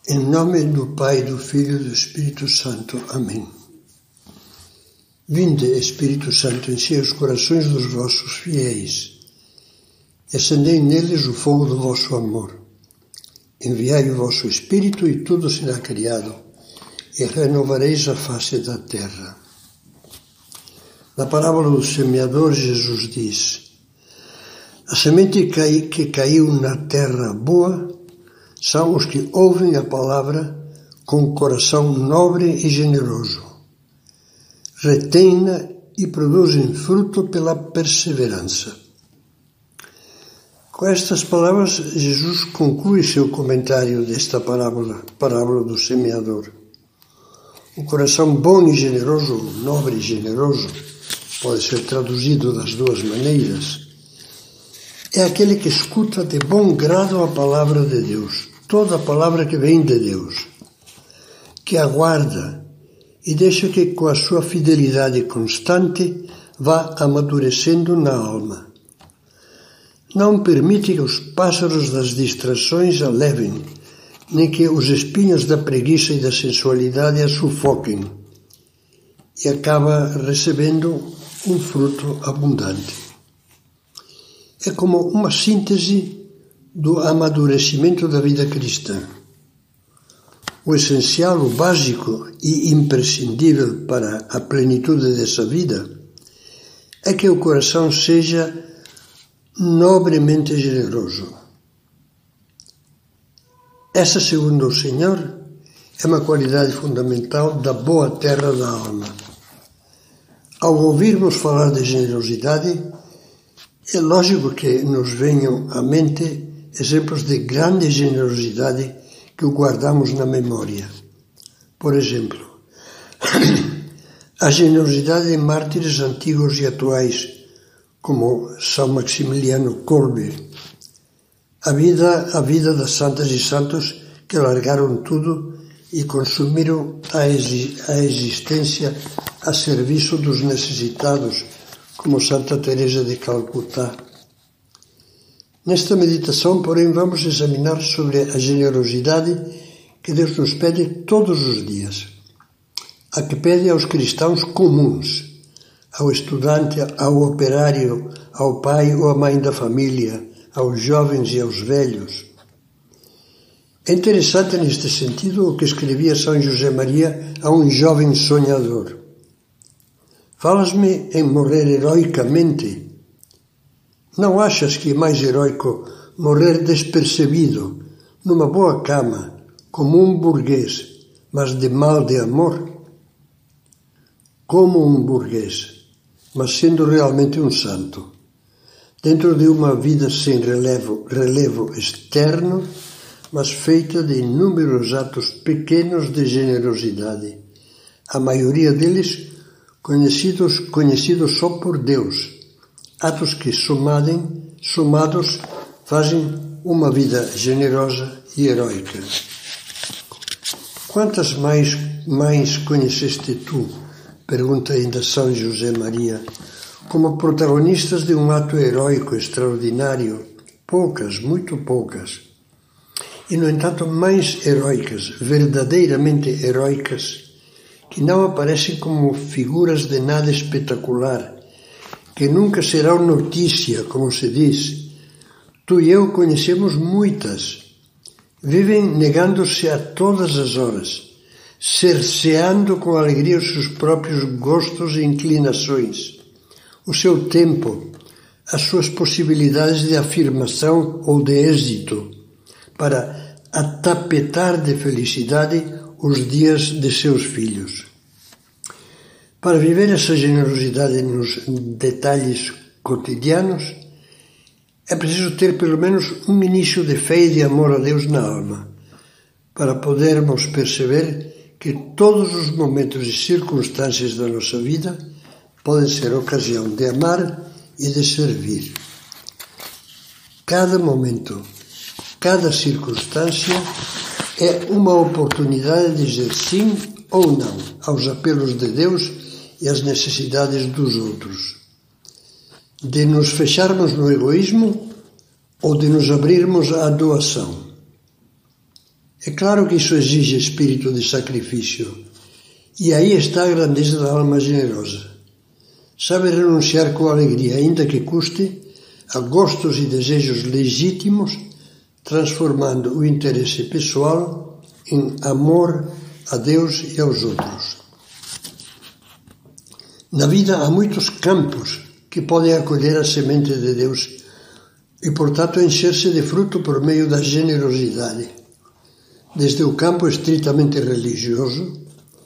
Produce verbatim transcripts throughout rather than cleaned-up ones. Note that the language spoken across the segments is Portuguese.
Em nome do Pai, do Filho e do Espírito Santo. Amém. Vinde, Espírito Santo, enchei os corações dos vossos fiéis e acendei neles o fogo do vosso amor. Enviai o vosso Espírito e tudo será criado e renovareis a face da terra. Na parábola do semeador, Jesus diz: a semente que caiu na terra boa são os que ouvem a palavra com coração nobre e generoso, retêm-na e produzem fruto pela perseverança. Com estas palavras, Jesus conclui seu comentário desta parábola, parábola do semeador. O coração bom e generoso, nobre e generoso, pode ser traduzido das duas maneiras. É aquele que escuta de bom grado a palavra de Deus, toda a palavra que vem de Deus, que aguarda e deixa que com a sua fidelidade constante vá amadurecendo na alma. Não permite que os pássaros das distrações a levem, nem que os espinhos da preguiça e da sensualidade a sufoquem, e acaba recebendo um fruto abundante. É como uma síntese do amadurecimento da vida cristã. O essencial, o básico e imprescindível para a plenitude dessa vida é que o coração seja nobremente generoso. Essa, segundo o Senhor, é uma qualidade fundamental da boa terra da alma. Ao ouvirmos falar de generosidade, é lógico que nos venham à mente exemplos de grande generosidade que guardamos na memória. Por exemplo, a generosidade de mártires antigos e atuais, como São Maximiliano Kolbe, a vida, a vida das santas e santos que largaram tudo e consumiram a, exi- a existência a serviço dos necessitados, como Santa Teresa de Calcutá. Nesta meditação, porém, vamos examinar sobre a generosidade que Deus nos pede todos os dias, a que pede aos cristãos comuns, ao estudante, ao operário, ao pai ou à mãe da família, aos jovens e aos velhos. É interessante neste sentido o que escrevia São José Maria a um jovem sonhador. Falas-me em morrer heroicamente. Não achas que é mais heroico morrer despercebido, numa boa cama, como um burguês, mas de mal de amor? Como um burguês, mas sendo realmente um santo, dentro de uma vida sem relevo, relevo externo, mas feita de inúmeros atos pequenos de generosidade, a maioria deles conhecidos, conhecidos só por Deus, atos que somadem, somados fazem uma vida generosa e heroica. Quantas mais mães conheceste tu, pergunta ainda São José Maria, como protagonistas de um ato heróico extraordinário? Poucas, muito poucas. E, no entanto, mais heróicas, verdadeiramente heróicas, que não aparecem como figuras de nada espetacular, que nunca serão notícia, como se diz. Tu e eu conhecemos muitas. Vivem negando-se a todas as horas, cerceando com alegria os seus próprios gostos e inclinações, o seu tempo, as suas possibilidades de afirmação ou de êxito, para atapetar de felicidade os dias de seus filhos. Para viver essa generosidade nos detalhes cotidianos, é preciso ter pelo menos um início de fé e de amor a Deus na alma, para podermos perceber que todos os momentos e circunstâncias da nossa vida podem ser ocasião de amar e de servir. Cada momento, cada circunstância é uma oportunidade de dizer sim ou não aos apelos de Deus e às necessidades dos outros, de nos fecharmos no egoísmo ou de nos abrirmos à doação. É claro que isso exige espírito de sacrifício. E aí está a grandeza da alma generosa. Sabe renunciar com alegria, ainda que custe, a gostos e desejos legítimos, transformando o interesse pessoal em amor a Deus e aos outros. Na vida há muitos campos que podem acolher a semente de Deus e, portanto, encher-se de fruto por meio da generosidade. Desde o campo estritamente religioso,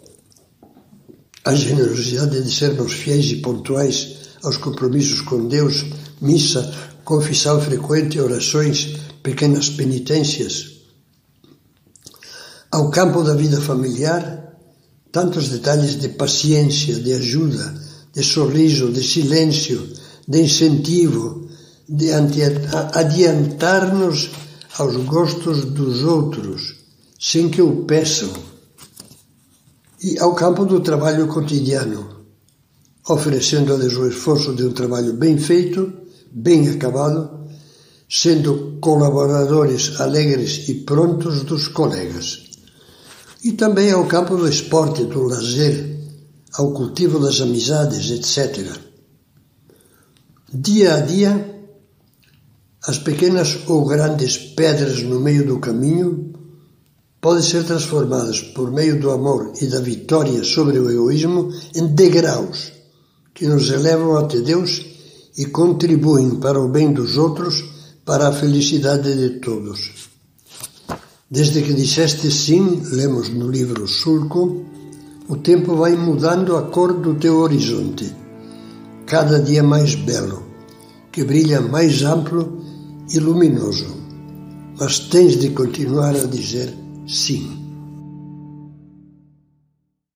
a generosidade de sermos fiéis e pontuais aos compromissos com Deus, missa, confissão frequente, orações, pequenas penitências. Ao campo da vida familiar, tantos detalhes de paciência, de ajuda, de sorriso, de silêncio, de incentivo, de adiantar-nos aos gostos dos outros, sem que o peçam. E ao campo do trabalho cotidiano, oferecendo-lhes o esforço de um trabalho bem feito, bem acabado, sendo colaboradores alegres e prontos dos colegas. E também ao campo do esporte, do lazer, ao cultivo das amizades, etcétera. Dia a dia, as pequenas ou grandes pedras no meio do caminho podem ser transformadas por meio do amor e da vitória sobre o egoísmo em degraus que nos elevam até Deus e contribuem para o bem dos outros, para a felicidade de todos. Desde que disseste sim, lemos no livro Sulco, o tempo vai mudando a cor do teu horizonte, cada dia mais belo, que brilha mais amplo e luminoso. Mas tens de continuar a dizer sim.